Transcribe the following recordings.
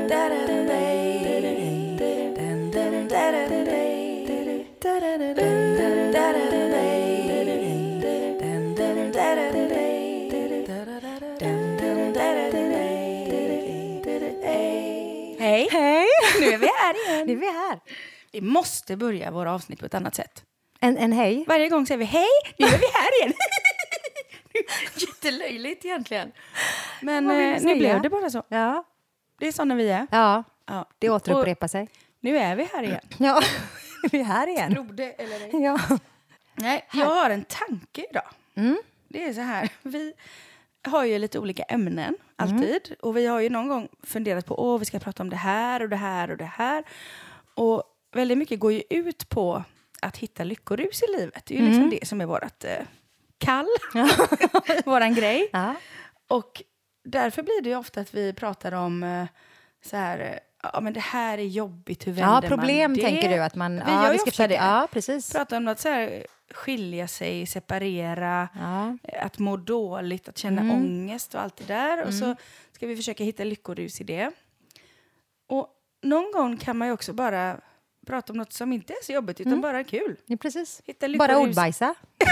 Hej. Hej. Nu är vi här igen. Nu är vi här. Vi måste börja våra avsnitt på ett annat sätt. En hej. Varje gång säger vi hej, nu är vi här igen. Jättelöjligt egentligen. Men nu blev det bara så. Ja. Det är så när vi är. Ja, Ja. det återupprepar sig. Nu är vi här igen. Ja, vi är här igen. Tror det eller ej. Ja. Nej, jag har en tanke idag. Det är så här, vi har ju lite olika ämnen alltid. Och vi har ju någon gång funderat på, vi ska prata om det här och det här och det här. Och väldigt mycket går ju ut på att hitta lyckorus i livet. Det är ju liksom det som är vårt kall, våran grej. Ja. Och därför blir det ju ofta att vi pratar om så här, ja men det här är jobbigt, hur vänder man det? Ja, problem tänker du att man... Vi gör ju ofta det. Ja, precis. Prata om något så här, skilja sig, separera, att må dåligt, att känna ångest och allt det där. Och så ska vi försöka hitta lyckorus i det. Och någon gång kan man ju också bara prata om något som inte är så jobbigt utan bara kul. Ja, precis. Hitta lyckorus. Bara ordbajsa.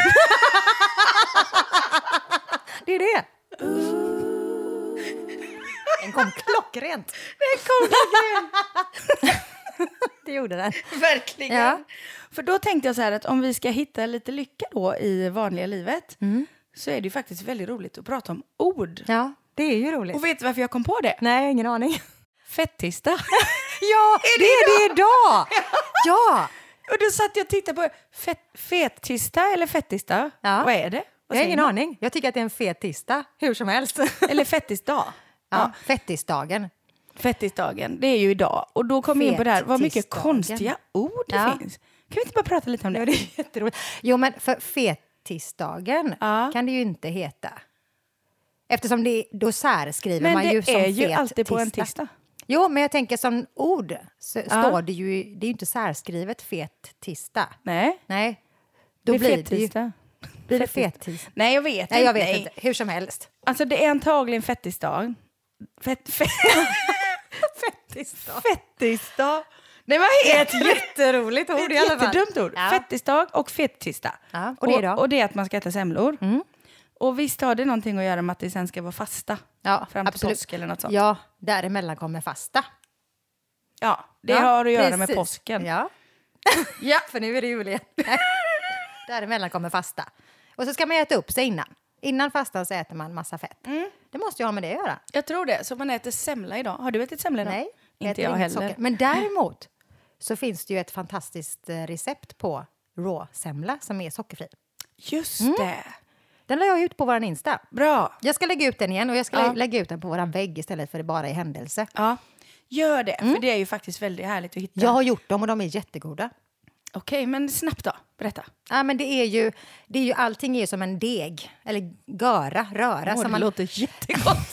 Det är det. Den kom klockrent. Det gjorde den. Verkligen. Ja. För då tänkte jag så här att om vi ska hitta lite lycka då i vanliga livet så är det ju faktiskt väldigt roligt att prata om ord. Ja, det är ju roligt. Och vet du varför jag kom på det? Nej, ingen aning. Fettisdag. Ja, det är det idag! Ja! Och då satt jag och tittade på fettisdag eller fettisdag. Ja. Vad är det? Vad Jag har säger ingen man? aning. Jag tycker att det är en fet tisdag, hur som helst. Eller fettisdag. Ja, fettisdagen. Fettisdagen, det är ju idag. Och då kom jag in på det här, vad mycket Fettisdagen. konstiga ord det finns. Kan vi inte bara prata lite om det? Ja, det är jätteroligt. Jo, men för fettisdagen kan det ju inte heta. Eftersom då särskriver Men man ju det som är ju fet alltid på en tisdag. Jo, men jag tänker som ord så står det ju, det är ju inte särskrivet fet tisdag. Nej, Nej, det då är blir det ju, fettisdag. blir det fet tisdag. Nej, jag vet Nej, inte. jag vet inte. Hur som helst. Alltså det är antagligen fettisdag. Fettisdag. Nej, vad heter det? Jätteroligt ord i alla fall. Jättedumt ord. Ja. Fettisdag och fettisdag. Ja, och det är då? Och det är att man ska äta semlor. Och visst har det någonting att göra med att det sen ska vara fasta. Ja, Fram till absolut. påsk eller något sånt. Ja, däremellan kommer fasta. Ja, det Ja, har att göra med precis. påsken. Ja, Ja. för nu är det jul igen. Däremellan kommer fasta. Och så ska man äta upp sig innan. Innan fastan så äter man massa fett. Det måste ju ha med det att göra. Jag tror det. Så man äter semla idag. Har du ätit semla idag? Nej, Inte äter jag inget heller. socker. Men däremot så finns det ju ett fantastiskt recept på råsemla som är sockerfri. Just det. Den la jag ut på våran Insta. Bra. Jag ska lägga ut den igen och jag ska lägga ut den på våran vägg istället för det bara i händelse. Ja, gör det. För det är ju faktiskt väldigt härligt att hitta. Jag har gjort dem och de är jättegoda. Okej, men snabbt då. Berätta. Ja, men det är ju allting är ju som en deg eller röra. Det som man låter jättegott.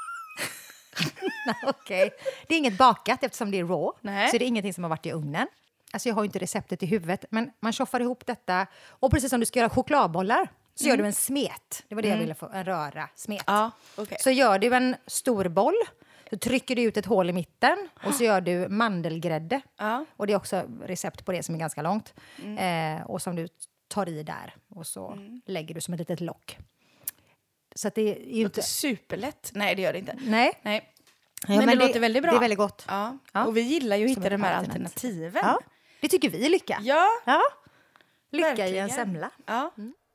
Okej. Det är inget bakat eftersom det är raw. Nej. Så det är ingenting som har varit i ugnen. Alltså jag har ju inte receptet i huvudet. Men man tjoffar ihop detta. Och precis som du ska göra chokladbollar så gör du en smet. Det var det jag ville få. En röra. Smet. Ja, okej. Så gör du en stor boll. Så trycker du ut ett hål i mitten. Och så gör du mandelgrädde. Ja. Och det är också recept på det som är ganska långt. Och som du tar i där. Och så lägger du som ett litet lock. Så att det är ju Låter inte... superlätt. Nej, det gör det inte. Nej. Nej. Ja, Men det låter väldigt bra. Det är väldigt gott. Ja. Ja. Och vi gillar ju att Som hitta ett de här alternativ. alternativen. Ja, det tycker vi är lycka. Ja, Ja. Lycka i verkligen. en semla. Ja.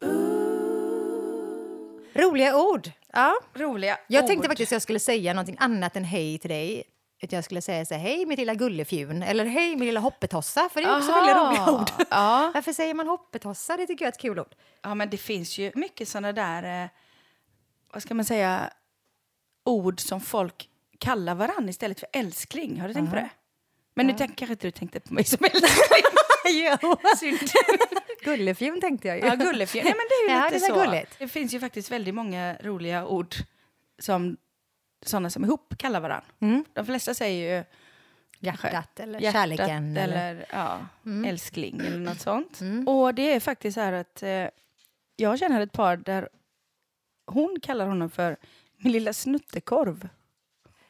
Roliga ord. Ja. Roliga Jag ord. tänkte faktiskt att jag skulle säga någonting annat än hej till dig. Utan jag skulle säga så här, hej mitt lilla gullefjun. Eller hej min lilla hoppetossa. För det är också Aha. väldigt roliga ord. Ja. Varför säger man hoppetossa? Det tycker jag är ett kul ord. Ja, men det finns ju mycket sådana där, vad ska man säga, ord som folk kallar varann istället för älskling. Har du tänkt på det? Men nu kanske inte du tänkte på mig som älskling. Jo. Synd. Gullefjun tänkte jag ju. Ja, gullefjun. Nej, men det är ju Ja, lite det är så. gulligt. Det finns ju faktiskt väldigt många roliga ord som sådana som ihop kallar varann. De flesta säger ju Hjärtat eller hjärtat kärleken. eller älskling eller något sånt. Och det är faktiskt så här att jag känner ett par där hon kallar honom för min lilla snuttekorv.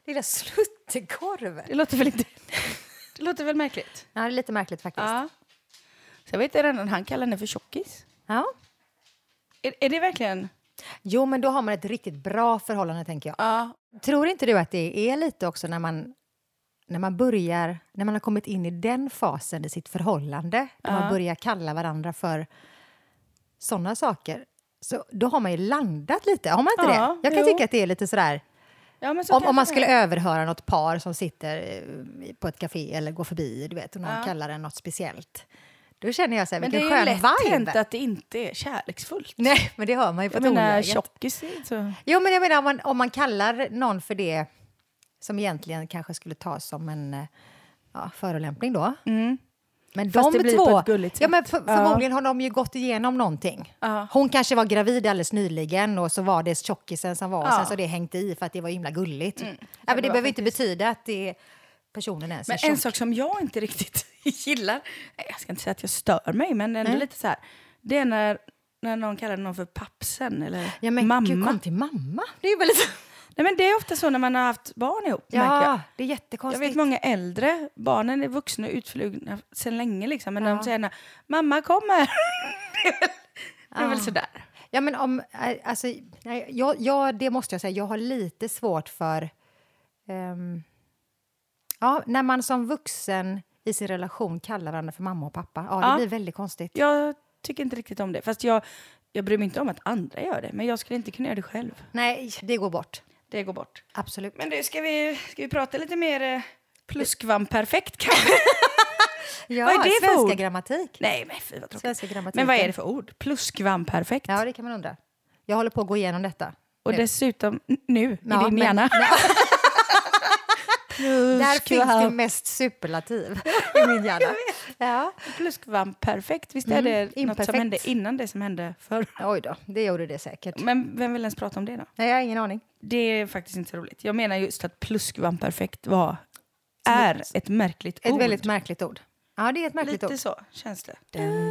Lilla sluttekorv. Det låter väl märkligt? Ja, det är lite märkligt faktiskt. Ja. Så jag vet redan han kallar henne för tjockis. Ja. Är det verkligen... Jo, men då har man ett riktigt bra förhållande, tänker jag. Ja. Tror inte du att det är lite också när man har kommit in i den fasen i sitt förhållande, när man börjar kalla varandra för sådana saker, så då har man ju landat lite, har man inte det? Jag kan tycka att det är lite sådär, om man skulle överhöra något par som sitter på ett café eller går förbi, du vet, och någon kallar den något speciellt. Då känner jag så här, vilken skön vibe. Men det är ju lätt hänt att det inte är kärleksfullt. Nej, men det hör man ju på tonläget. Jag menar, tjockis. Så. Jo, men jag menar, om man kallar någon för det som egentligen kanske skulle tas som en förolämpning då. Mm. Men fast de två, förmodligen har de ju gått igenom någonting. Hon kanske var gravid alldeles nyligen och så var det tjockisen som var och sen så det hängt i för att det var himla gulligt. Men det behöver inte betyda att det personen är så. Men en sak som jag inte riktigt gillar, jag ska inte säga att jag stör mig, men ändå lite så här, det är när någon kallar någon för pappsen eller mamma. Gud, kom till mamma. Det är ju väldigt... Nej, men det är ofta så när man har haft barn ihop. Ja, det är jättekonstigt. Jag vet många äldre, barnen är vuxna och utflugna sedan länge liksom, men de säger mamma kommer. det är väl sådär. Ja, men det måste jag säga, jag har lite svårt för när man som vuxen i sin relation kallar varandra för mamma och pappa. Det blir väldigt konstigt. Jag tycker inte riktigt om det, fast jag bryr mig inte om att andra gör det, men jag skulle inte kunna göra det själv. Nej, det går bort. Det går bort. Absolut. Men du, ska vi prata lite mer pluskvamperfekt kanske? Ja, vad är det för svenska ord? grammatik. Nej, men fy vad tråkigt. Men vad är det för ord? Pluskvamperfekt. Ja, det kan man undra. Jag håller på att gå igenom detta. Och dessutom nu, i din hjärna. Där finns det mest superlativ i min hjärna. Ja. Pluskvamperfekt, visst är det något som hände innan det som hände förr? Oj då, det gjorde det säkert. Men vem vill ens prata om det då? Nej, jag har ingen aning. Det är faktiskt inte så roligt. Jag menar just att pluskvamperfekt är ett märkligt ord. Ett väldigt märkligt ord. Ja, det är ett märkligt ord. Lite så känns det.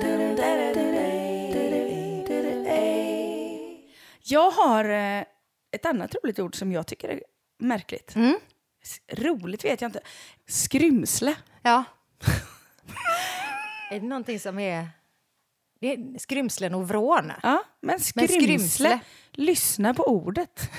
Jag har ett annat roligt ord som jag tycker är märkligt. Roligt vet jag inte. Skrymsle. Ja. Är det någonting som är... Det är skrymslen och vrån. Ja, men skrymsle. Lyssna på ordet.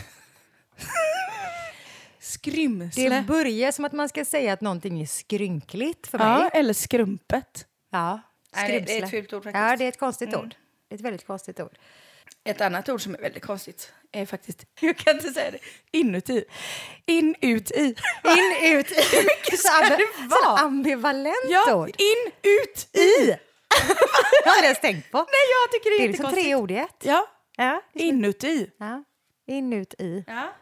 Skrymsle. Det börjar som att man ska säga att någonting är skrynkligt för mig. Ja, eller skrumpet. Ja, skrymsle. Nej, det är ett fult ord faktiskt. Ja, det är ett konstigt ord. Det är ett väldigt konstigt ord. Ett annat ord som är väldigt konstigt är faktiskt, jag kan inte säga det, inuti. In, ut, i. In, ut, i. Hur mycket ska det vara? Så ambivalent ord. In, ut, i. Jag har inte ens tänkt på. Nej, jag tycker det är liksom 3 ord i ett. Ja. Inuti. Ja. In, ut, i. Ja.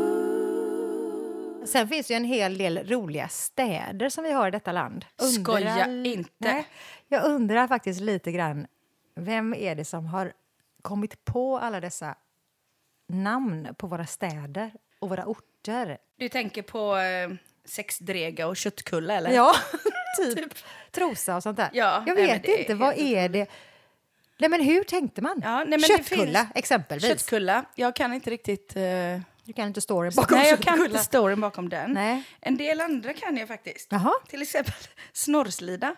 Sen finns ju en hel del roliga städer som vi har i detta land. Skoja inte. Nej, jag undrar faktiskt lite grann, vem är det som har kommit på alla dessa namn på våra städer och våra orter? Du tänker på Sexdrega och Köttkulla, eller? Ja, typ. Trosa och sånt där. Ja, jag vet inte, vad är det? Nej, men hur tänkte man? Ja, nej, men Köttkulla, exempelvis. Köttkulla, jag kan inte riktigt... Du kan inte storyn bakom Nej, jag kan inte storyn bakom den. Nej. En del andra kan jag faktiskt. Jaha. Till exempel Snorrslida.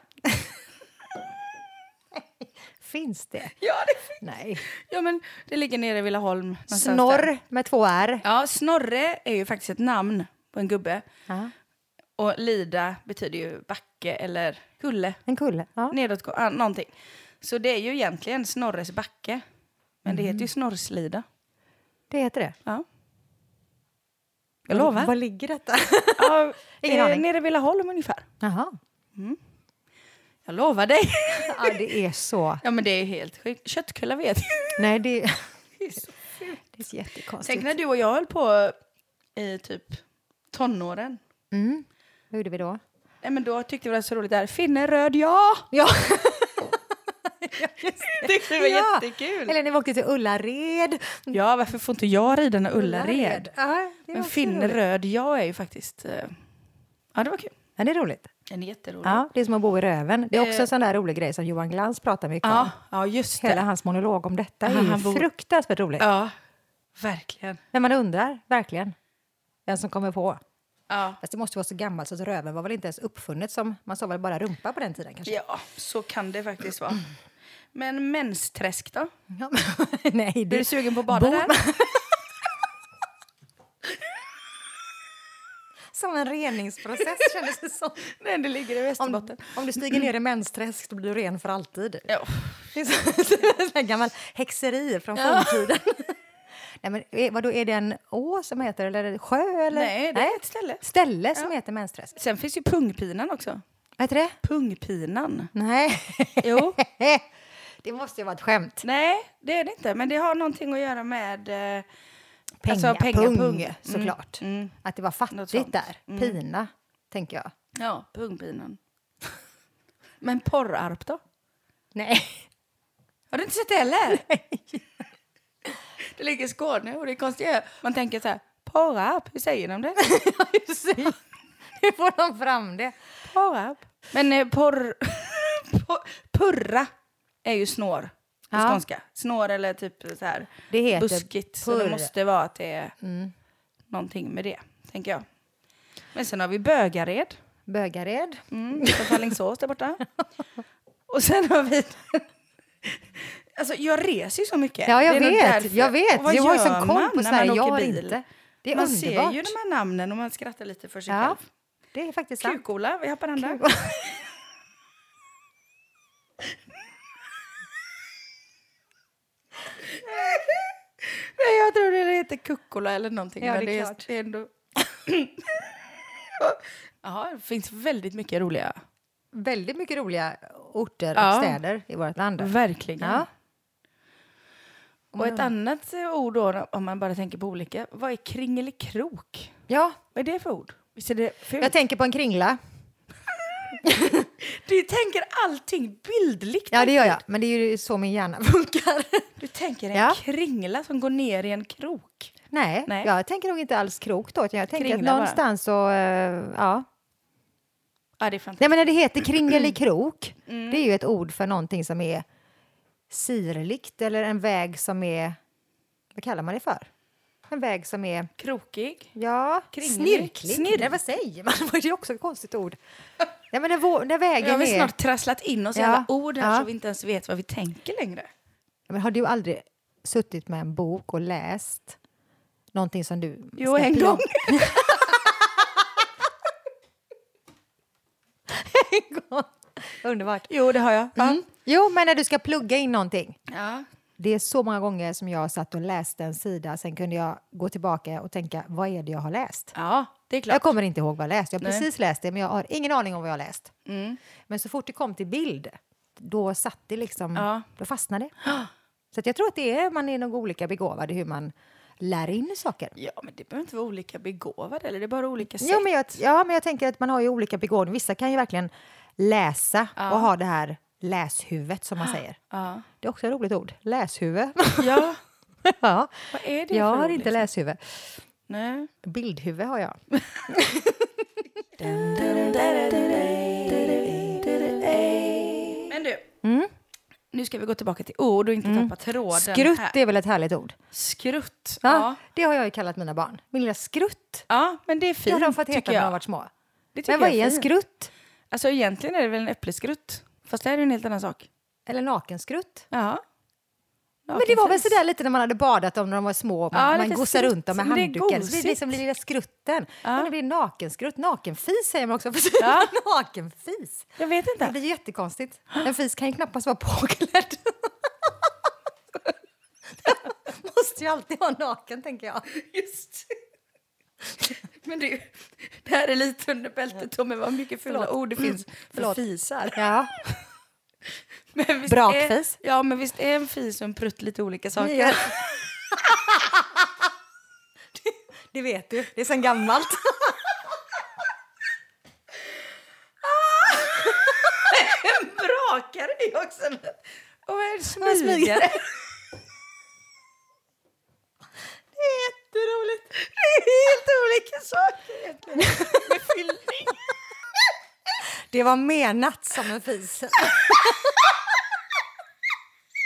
Finns det? Ja, det finns. Nej. Ja, men det ligger nere i Villaholm. Snorr med 2 R. Ja, Snorre är ju faktiskt ett namn på en gubbe. Ja. Och Lida betyder ju backe eller kulle. En kulle, ja. Nedåt, någonting. Så det är ju egentligen Snorres backe. Men det heter ju Snorrslida. Det heter det? Ja. Jag lovar. Var ligger detta? Ja, ingen aning. Nere i Villaholm ungefär. Jaha. Jag lovar dig. Ja, det är så. Ja, men det är helt sjukt. Köttkulla vet jag. Nej, det är så fult. Det är så jättekonstigt. Tänk när du och jag höll på i typ tonåren. Hur gjorde vi då? Nej, men då tyckte vi det var så roligt där. Finne röd, ja! Ja. Det var jättekul. Eller när vi åkte till Ullared. Ja, varför får inte jag rida när Ullared? Ja, men Finne röd, jag är ju faktiskt... Ja, det var kul. Ja, det är roligt. Den är jätterolig. Ja, det är som att bo i Röven. Det är också en sån där rolig grej som Johan Glans pratar mycket om. Ja, just det. Hela hans monolog om detta är ju fruktansvärt roligt. Ja, verkligen. Men man undrar, verkligen, vem som kommer på. Ja. Fast det måste vara så gammalt så att röven var väl inte ens uppfunnet som... Man sa väl bara rumpa på den tiden kanske? Ja, så kan det faktiskt vara. Men mensträsk då? Ja, nej, Är du sugen på att bada där? Som en reningsprocess kändes det som. Nej, det ligger i Västerbotten. Om du stiger ner i mensträsk då blir du ren för alltid. Ja. Det är så en gammal häxeri från forntiden. Nej, men vadå, är det en å som heter, eller en sjö? Eller? Nej, det är ett ställe. Ställe som heter mensträsk. Sen finns ju pungpinan också. Vad heter det? Pungpinan. Nej. Jo. Det måste ju vara ett skämt. Nej, det är det inte. Men det har någonting att göra med... Pung, såklart. Mm. Att det var fattigt där. Pina, tänker jag. Ja, pungpinan. Men porrarp då? Nej. Har du inte sett det heller? Nej. Det ligger i Skåne och det är konstigt. Man tänker så här, porrarp, hur säger de det? Hur får de fram det? Porrarp. Men purra är ju snår på skånska. Snår eller typ så här det heter buskigt. Så det måste vara att det är någonting med det, tänker jag. Men sen har vi Bögared. Bögared. På Alingsås där borta. Och sen har vi... Alltså, jag reser ju så mycket. Ja, jag vet. Jag har ju sån koll på Sverige. Jag har bil? inte. Det är man underbart. Ser ju de här namnen och man skrattar lite för sig själv. Det är faktiskt sant. Kukola, vi har på den där. Nej, jag tror det heter Kukkola eller någonting. Ja, men det är klart. Det är ändå... Ja, det finns väldigt mycket roliga... Väldigt mycket roliga orter och städer i vårt land. Verkligen. Ja. Och ett annat ord då, om man bara tänker på olika. Vad är kringelikrok? Ja. Vad är det för ord? Visst är det fult? Jag tänker på en kringla. Du tänker allting bildligt. Ja, det gör jag. Men det är ju så min hjärna funkar. Du tänker en kringla som går ner i en krok. Nej, jag tänker nog inte alls krok då. Jag tänker kringla att någonstans så, ja. Ja, det är fantastiskt. Nej, men när det heter kringelikrok, det är ju ett ord för någonting som är sirligt eller en väg som är, vad kallar man det för? En väg som är... Krokig? Ja, snirklig. Vad säger man? Det är också ett konstigt ord. Ja, men när vägen har vi snart trasslat in oss i alla ord här så vi inte ens vet vad vi tänker längre. Ja, men har du aldrig suttit med en bok och läst någonting som du... Jo, en gång. En gång. Underbart. Jo, det har jag. Jo, men när du ska plugga in någonting. Ja. Det är så många gånger som jag satt och läste en sida. Sen kunde jag gå tillbaka och tänka, vad är det jag har läst? Ja, det är klart. Jag kommer inte ihåg vad jag läst. Jag har precis läst det, men jag har ingen aning om vad jag har läst. Men så fort det kom till bild, då satt det liksom, då fastnade det. Så att jag tror att man är nog olika begåvade hur man lär in saker. Ja, men det behöver inte vara olika begåvade, eller det är bara olika sätt. Men jag tänker att man har ju olika begåvning. Vissa kan ju verkligen läsa och ha det här läshuvudet som man säger. Ja. Det är också ett roligt ord. Läshuvud. Ja. Ja. Vad är det jag för har ord, inte liksom? läshuvud. Nej. Bildhuvud har jag. Men du, nu ska vi gå tillbaka till ord och inte tappa tråden. Skrutt här. är väl ett härligt ord? Skrutt, ja. Det har jag ju kallat mina barn. Min lilla skrutt. Ja, men det är fint, det har de fått heta när de har varit små. Men vad är en skrutt? Alltså egentligen är det väl en äppleskrutt. Fast det är en helt annan sak. Eller nakenskrutt. Ja. Men det var väl sådär lite när man hade badat om när de var små. Man gossar runt dem med handdukar. Så blir det liksom lilla skrutten. Men det blir nakenskrutt. Nakenfis säger man också. Nakenfis. Jag vet inte. Det blir jättekonstigt. En fis kan ju knappast vara påklädd. Måste ju alltid vara naken, tänker jag. Just. Men det här är lite under bältet. Men vad mycket fula ord det finns för fisar. Ja. Men visst Brakfis. Men visst är en fis och en prutt lite olika saker. Ja. det vet du. Det är sen gammalt. En brakare är också en... Och en smygare. Det är jätteroligt. Det är helt olika saker egentligen. Med fyllning. Det var menat som en fis.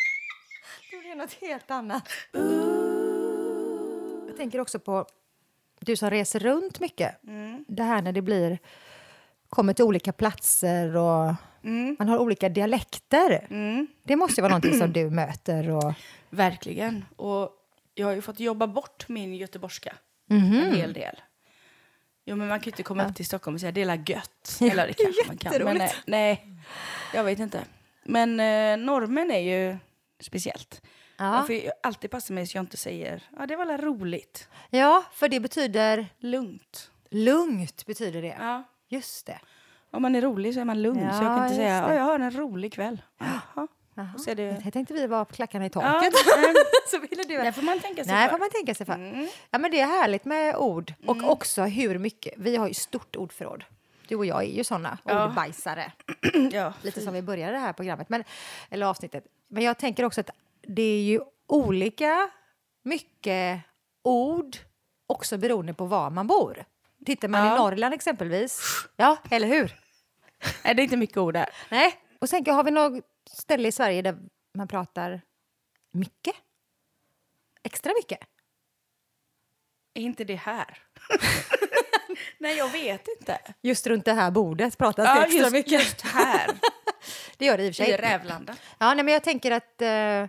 Det är något helt annat. Jag tänker också på du som reser runt mycket. Det här när det kommer till olika platser och man har olika dialekter. Det måste ju vara någonting som du möter. Och... Verkligen. Och jag har ju fått jobba bort min göteborgska en hel del. Jo, men man kan ju inte komma upp till Stockholm och säga det är la gött. Eller det kanske man kan. Men nej, jag vet inte. Men normen är ju speciellt. Ja. Jag får ju alltid passa mig så jag inte säger det var väl roligt. Ja, för det betyder... Lugnt. Lugnt betyder det. Ja. Just det. Om man är rolig så är man lugn. Så jag kan inte säga jag har en rolig kväll. Jaha. Så det... Jag tänkte vi var på klackarna i taket. Så ville du... Det får man tänka sig Nej, får man tänka sig för. Ja, men det är härligt med ord. Och också hur mycket... Vi har ju stort ordförråd. Du och jag är ju såna ordbajsare. Lite som vi började det här programmet. Eller avsnittet. Men jag tänker också att det är ju olika mycket ord också beroende på var man bor. Tittar man i Norrland exempelvis. Ja, eller hur? Nej, det är inte mycket ord där. Nej. Och sen har vi något ställe i Sverige där man pratar mycket. Extra mycket. Är inte det här? Nej, jag vet inte. Just runt det här bordet pratas det extra mycket. Just här. Det gör det i och för sig. I Rävlanda. Ja, nej, men jag tänker att...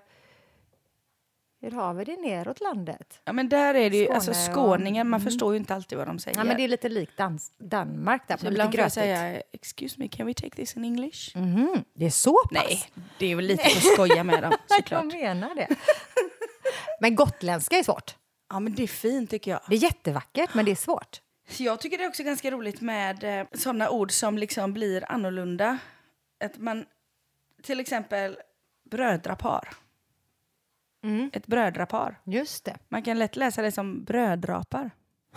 hur har vi det neråt landet? Ja, men där är det ju... Alltså skåningar, man förstår ju inte alltid vad de säger. Ja, men det är lite likt Danmark där. Så ibland får jag säga, excuse me, can we take this in English? Det är så pass? Nej, det är väl lite för att skoja med dem, såklart. Jag menar det. Men gotländska är svårt. Ja, men det är fint tycker jag. Det är jättevackert, men det är svårt. Jag tycker det är också ganska roligt med sådana ord som liksom blir annorlunda. Att man, till exempel, brödrapar. Ett brödrapar. Just det. Man kan lätt läsa det som brödrapar.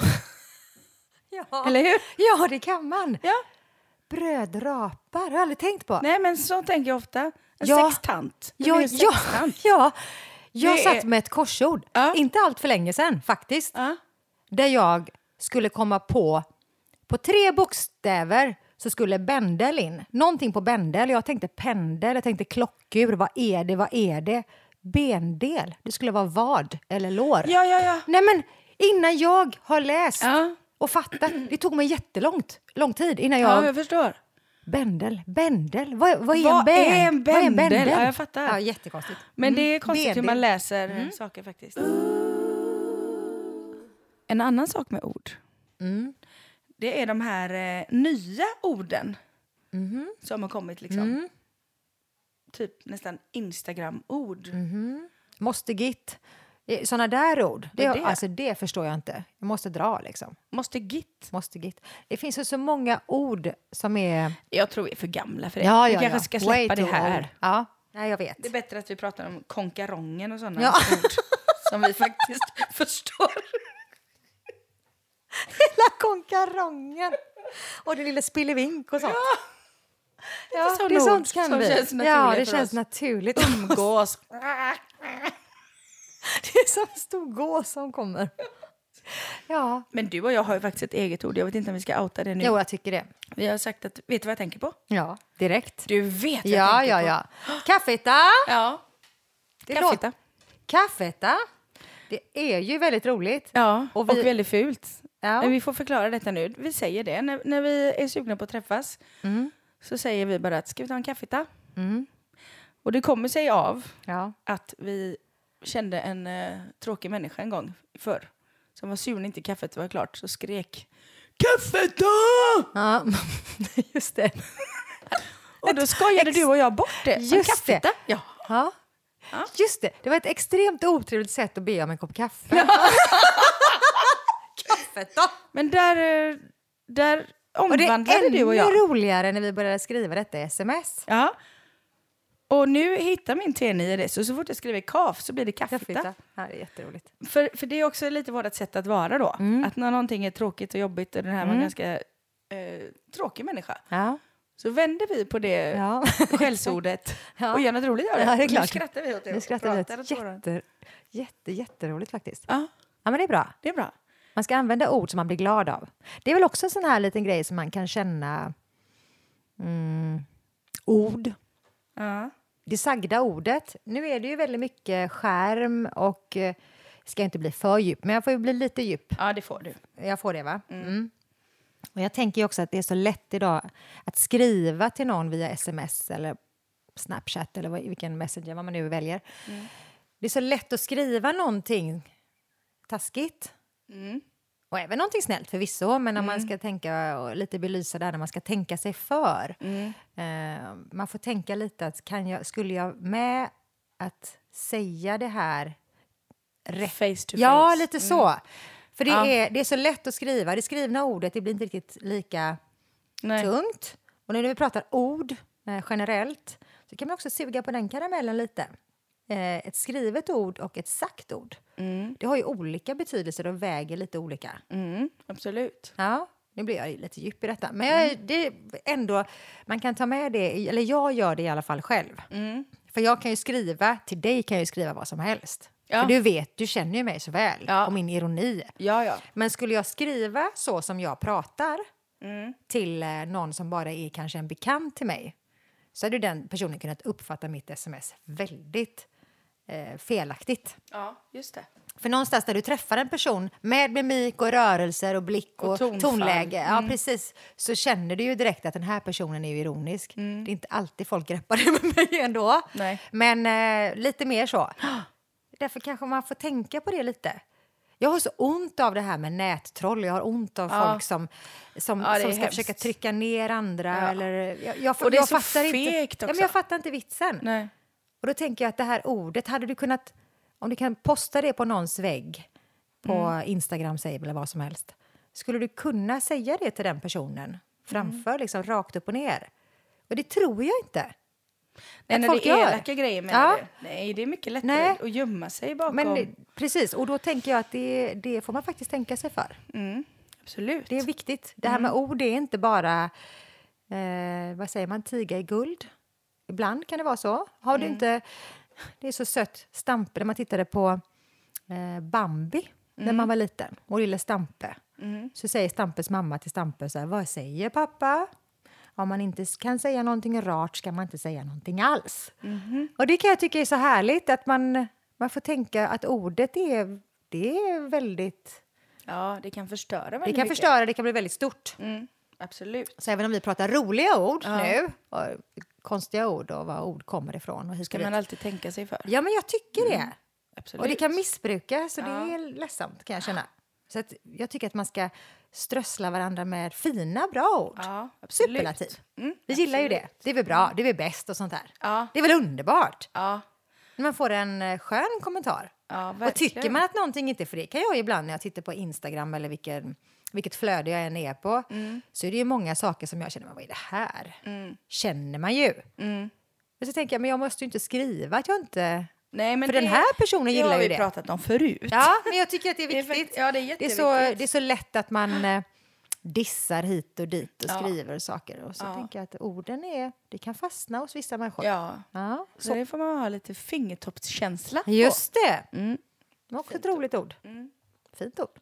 Ja. Eller hur? Ja, det kan man. Ja. Brödrapar, har jag aldrig tänkt på. Nej, men så tänker jag ofta. En sextant. Jag satt med ett korsord. Inte allt för länge sedan, faktiskt. Där jag skulle komma på 3 bokstäver så skulle bändel in. Någonting på bändel. Jag tänkte pendel, jag tänkte klockur. Vad är det? Bendel. Det skulle vara vad eller lår. Ja. Nej, men innan jag har läst och fattat. Det tog mig lång tid innan jag... Ja, jag förstår. Bändel. Vad är en bändel? Ja, jag fattar. Ja, jättekonstigt. Men det är konstigt hur man läser saker faktiskt. En annan sak med ord. Det är de här nya orden som har kommit liksom. Typ nästan Instagram-ord. Måste git. Såna där ord. Det förstår jag inte. Jag måste dra liksom. Måste git. Det finns ju så många ord som är... Jag tror vi är för gamla för det. Vi kanske ska släppa det här. Old. Ja, nej, jag vet. Det är bättre att vi pratar om konkarongen och sådana ord som vi faktiskt förstår. Hela konkarongen. Och det lilla spillevink och sånt. Ja, det är sånt kan vi. Känns det känns naturligt. Umgås. Det är som en stor gås som kommer. Ja. Men du och jag har ju faktiskt ett eget ord. Jag vet inte om vi ska outa det nu. Jo, jag tycker det. Vi har sagt att, vet du vad jag tänker på? Ja, direkt. Du vet vad jag tänker på. Ja. Kaffeta. Ja. Kaffeta. Kaffeta. Det är ju väldigt roligt. Ja, och väldigt fult. Ja. Men vi får förklara detta nu. Vi säger det. När vi är sugna på att träffas så säger vi bara att ska vi ta en kaffeta? Och det kommer sig av att vi kände en tråkig människa en gång förr. Som var sur när inte kaffet var klart. Så skrek kaffeta! Ja, just det. Och då skojade du och jag bort det. Just kaffeta. Det. Ja. Just det. Det var ett extremt otrevligt sätt att be om en kopp kaffe. Kaffet då? Men där omvandlade du och jag. Och det är ännu roligare när vi började skriva detta i sms. Ja. Och nu hittar min T9 det. Så fort jag skriver kaf så blir det kaffeta. Ja, det är jätteroligt. För det är också lite vårt sätt att vara då. Att när någonting är tråkigt och jobbigt och den här var en ganska tråkig människa. Ja. Så vänder vi på det skällsordet och gör något roligt av det. Ja, det är klart. Nu skrattar vi åt det. Nu skrattar vi jätteroligt faktiskt. Ja, men det är bra. Det är bra. Man ska använda ord som man blir glad av. Det är väl också en sån här liten grej som man kan känna ord. Ja. Det sagda ordet. Nu är det ju väldigt mycket skärm och ska inte bli för djup, men jag får ju bli lite djup. Ja, det får du. Jag får det, va? Mm. Och jag tänker ju också att det är så lätt idag att skriva till någon via sms eller Snapchat eller vilken messenger vad man nu väljer. Det är så lätt att skriva någonting taskigt. Och även någonting snällt förvisso, men när man ska tänka och lite belysa där, när man ska tänka sig för. Man får tänka lite att skulle jag med att säga det här rätt? Face to face. Ja, lite så. För det är så lätt att skriva. Det skrivna ordet, det blir inte riktigt lika tungt. Och när vi pratar ord generellt så kan man också suga på den karamellen lite. Ett skrivet ord och ett sagt ord. Det har ju olika betydelser och väger lite olika. Absolut. Ja, nu blir jag lite djup i detta. Men det är ändå, man kan ta med det, eller jag gör det i alla fall själv. För jag kan ju skriva, till dig kan jag ju skriva vad som helst. Ja. För du känner ju mig så väl. Ja. Och min ironi. Ja. Men skulle jag skriva så som jag pratar till någon som bara är kanske en bekant till mig, så hade den personen kunnat uppfatta mitt sms väldigt felaktigt. Ja, just det. För någonstans där du träffar en person med mimik och rörelser och blick och tonläge, ja precis, så känner du ju direkt att den här personen är ju ironisk. Det är inte alltid folk greppar det med mig ändå. Nej. Men lite mer så. Därför kanske man får tänka på det lite. Jag har så ont av det här med nättroll. Jag har ont av folk som ska försöka trycka ner andra. Ja. Eller, och det är så fegt också. Ja, men jag fattar inte vitsen. Nej. Och då tänker jag att det här ordet, hade du kunnat, om du kan posta det på någons vägg, på Instagram eller vad som helst, skulle du kunna säga det till den personen framför, liksom rakt upp och ner? Och det tror jag inte. Nej, när det är elaka grejer med det. Nej, det är mycket lättare att gömma sig bakom. Men precis, och då tänker jag att det får man faktiskt tänka sig för. Absolut. Det är viktigt. Det här med ord är inte bara, vad säger man, tiga i guld. Ibland kan det vara så. Har du inte, det är så sött, Stampe, när man tittade på Bambi när man var liten, och lille Stampe. Så säger Stampes mamma till Stampe så här: vad säger pappa? Om man inte kan säga någonting rart ska man inte säga någonting alls. Och det kan jag tycka är så härligt, att man får tänka att ordet det är väldigt... Ja, det kan förstöra väldigt mycket. Det kan förstöra, det kan bli väldigt stort. Absolut. Så även om vi pratar roliga ord nu, och konstiga ord och var ord kommer ifrån. Och hur ska man alltid tänka sig för. Ja, men jag tycker det. Absolut. Och det kan missbrukas, så det är ledsamt, kan jag känna. Så att jag tycker att man ska strössla varandra med fina, bra ord. Ja, absolut. Superlativ. Vi gillar ju det. Det är väl bra, det är väl bäst och sånt där. Ja. Det är väl underbart. Ja. När man får en skön kommentar. Ja, och tycker man att någonting inte är, för det kan jag ibland när jag tittar på Instagram eller vilket flöde jag än är på, så är det ju många saker som jag känner, vad är det här? Känner man ju. Och så tänker jag, men jag måste ju inte skriva att jag inte... Nej, men för den här personen gillar ju det. Det har vi pratat om förut. Ja, men jag tycker att det är viktigt. Det är jätteviktigt. Det är så lätt att man dissar hit och dit och skriver saker. Och så tänker jag att orden det kan fastna hos vissa människor. Ja. Så det får man ha lite fingertoppskänsla på. Just det. Det var också ett roligt ord. Fint ord.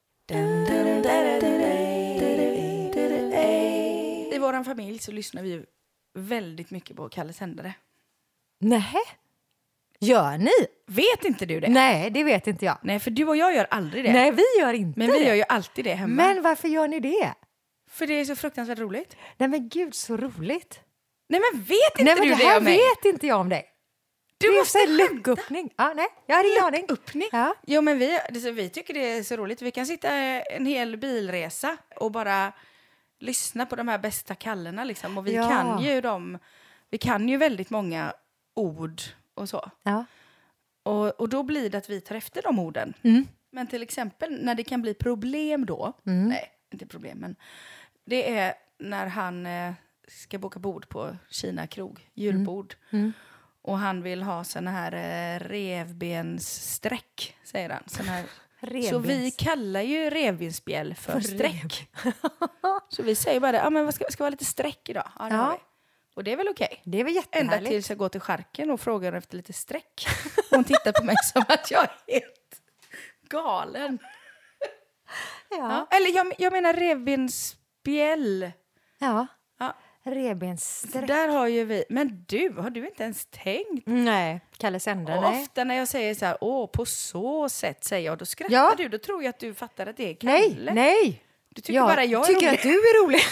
I vår familj så lyssnar vi väldigt mycket på Kalle Sändare. Nej. Gör ni? Vet inte du det? Nej, det vet inte jag. Nej, för du och jag gör aldrig det. Nej, vi gör inte det. Men vi gör ju alltid det hemma. Men varför gör ni det? För det är så fruktansvärt roligt. Nej, men gud, så roligt. Nej, men vet inte du det om mig? Det här vet inte jag om dig. Du måste luckuppning. Ja, nej, jag har ingen aning. Luckuppning? Ja. Jo, men vi tycker det är så roligt. Vi kan sitta en hel bilresa och bara lyssna på de här bästa Kallorna liksom. Och vi kan ju väldigt många ord och så. Ja. Och då blir det att vi tar efter de orden. Men till exempel när det kan bli problem då. Nej, inte problem, men det är när han ska boka bord på Kina krog, julbord. Och han vill ha såna här revbenssträck, säger han. Så vi kallar ju revbensspjäll för sträck. Så vi säger bara det, men vad ska vara lite sträck idag? Ja, det har vi. Och det är väl okej. Det är väl jättehärligt. Ända tills jag går till Charken och frågar efter lite sträck. Hon tittar på mig som att jag är helt galen. Ja. Eller jag menar revbensspjäll. Ja. Revbenssträck. Där har ju vi... Men du, har du inte ens tänkt? Nej, Kalle Sändare, Och nej. ofta när jag säger så här, på så sätt säger jag, då skrattar du. Då tror jag att du fattar att det är Kalle. Nej. Du tycker bara jag är tycker rolig. att du är rolig.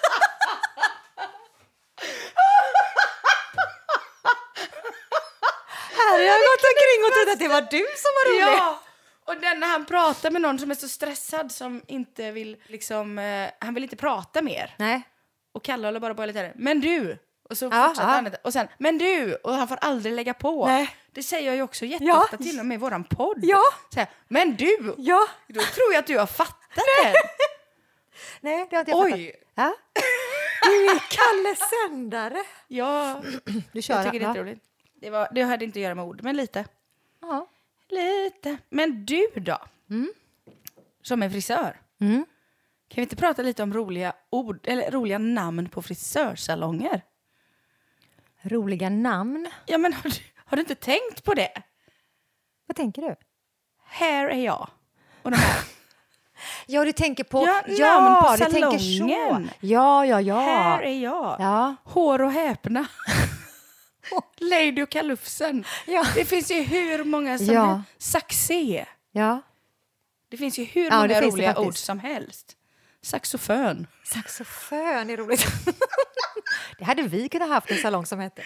Här har jag gått omkring och trott att det var du som var rolig. Ja, och den när han pratar med någon som är så stressad som inte vill liksom, han vill inte prata mer. Nej. Och Kalle håller bara på lite här, men du! Och så Ja, fortsätter han lite. Och sen, men du! Och han får aldrig lägga på. Nej. Det säger jag ju också jätteofta till och med i våran podd. Ja. Så här, men du! Ja. Då tror jag att du har fattat det. Nej, det har inte jag fattat. Oj! Ja. Du är Kalle Sändare. Ja, Du kör, jag tycker det är roligt. Det hade inte att göra med ord, men lite. Ja. Lite. Men du då? Som är frisör. Mm. Kan vi inte prata lite om roliga ord eller roliga namn på frisörsalonger? Roliga namn. Ja, men har du inte tänkt på det? Vad tänker du? Här är jag. Och de här. Ja, du tänker på... Ja, namn på du tänker så. salongen. Ja. Här är jag. Ja. Hår och häpna. Lady och kalufsen. Ja. Det finns ju hur många som helst. Saxé. Ja. Det finns ju hur Ja, många det finns roliga det ord faktiskt. som helst. Saxofön. Saxofön är roligt. Det hade vi kunnat haft en salong som hette.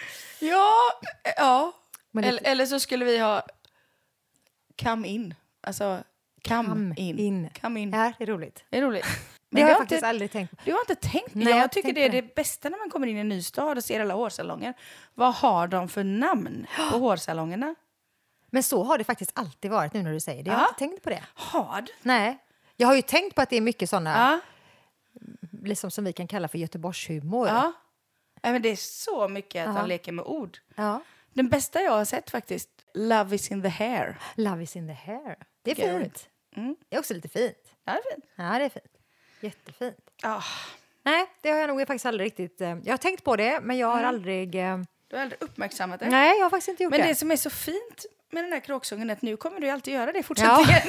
Ja. Men Eller så skulle vi ha come in. Alltså come in. Come in. Ja, det är roligt. Det är roligt. Det har jag faktiskt aldrig tänkt på. Du har inte tänkt? Nej, jag jag tycker det är tänkte det bästa när man kommer in i en ny stad och ser alla hårsalonger. Vad har de för namn på hårsalongerna? Men så har det faktiskt alltid varit nu när du säger det. Jag har inte tänkt på det. Har du? Nej. Jag har ju tänkt på att det är mycket sådana, Ja. liksom som vi kan kalla för Göteborgshumor. Ja. Ja, men det är så mycket att de leker med ord. Ja. Den bästa jag har sett faktiskt, Love is in the hair. Love is in the hair. Det är Det är fint. Det är också lite fint. Ja, det är fint. Ja, det är fint. Jättefint. Ah, Nej, det har jag nog faktiskt aldrig riktigt... Jag har tänkt på det, men jag har aldrig... du har aldrig uppmärksammat det. Nej, jag har faktiskt inte gjort Men det. det som är så fint med den här kråksången är att nu kommer du alltid göra det i fortsättningen.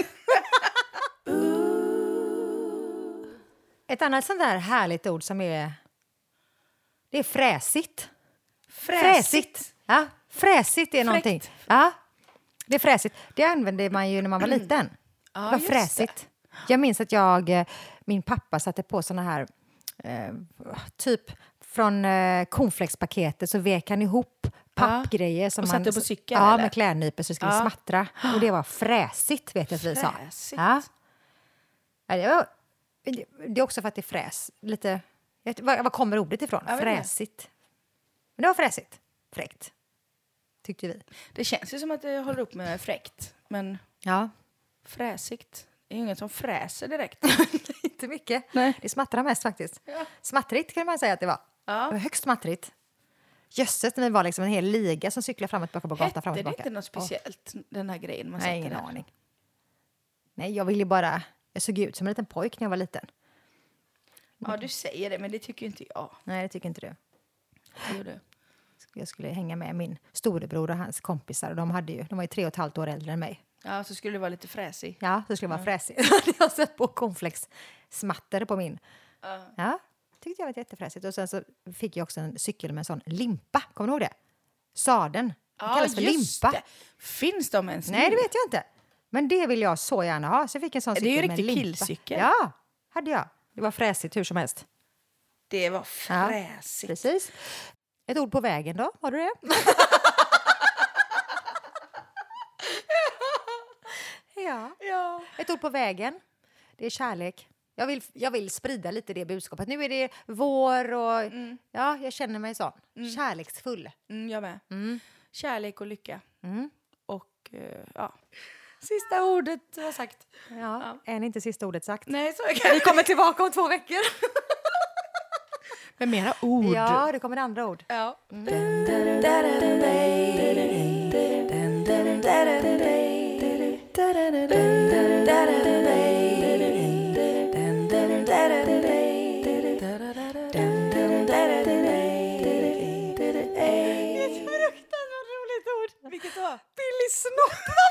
Ett annat sånt där härligt ord som är... Det är fräsigt. Fräsigt. Ja, fräsigt är någonting. Ja, det är fräsigt. Det använde man ju när man var liten. Ja, Det var just fräsigt. Jag minns att min pappa satte på såna här, typ från cornflakespaketet så vek han ihop pappgrejer. Som och satte på cykeln, Ja, eller? med klädnypor så det skulle smattra. Och det var fräsigt, vet jag att vi sa. Fräsigt. Ja. Ja, det är också för att det är fräs. Lite, var kommer ordet ifrån? Jag vet Fräsigt. Men det var fräsigt. Fräckt. Tyckte vi. Det känns ju som att det håller upp med fräckt. Men Ja. fräsigt. Det är ju ingen som fräser direkt. Inte mycket. Nej. Det smattrar mest faktiskt. Ja. Smattrigt kan man säga att det var. Ja. Det var högst smattrigt. Jösses, när vi var liksom en hel liga som cyklade fram och tillbaka på gatan. Fram och Hette det tillbaka. inte något speciellt, den här grejen man Nej, sätter ingen där? aning. Nej, jag ville ju bara... Jag såg ut som en liten pojk när jag var liten. Ja, du säger det, men det tycker ju inte jag. Nej, det tycker inte du. Jo, du. Jag skulle hänga med min storebror och hans kompisar. Och de var ju 3,5 år äldre än mig. Ja, så skulle det vara lite fräsig. Ja, så skulle det vara fräsigt. Jag har sett på cornflakes-smatter på min. Ja, tyckte jag var jättefräsigt. Och sen så fick jag också en cykel med en sån limpa. Kommer du ihåg det? Sadeln. Det kallas för limpa. Det. Finns de ens Nej, nu? det vet jag inte. Men det vill jag så gärna ha. Så jag fick en sån Det är cykel ju med riktig limpa. killcykel. Ja, hade jag. Det var fräsigt hur som helst. Det var Ja, fräsigt. precis. Ett ord på vägen då? Har du det? Ja. Ett ord på vägen. Det är kärlek. Jag vill sprida lite det budskapet. Nu är det vår och ja, jag känner mig sån. Kärleksfull. Jag med. Kärlek och lycka. Mm. Och ja. Sista ordet var sagt. Ja, än inte sista ordet sagt. Nej, så kan Vi kommer tillbaka om 2 veckor. med mera ord. Ja, det kommer andra ord. Ja. Vilket då? Billig snopp!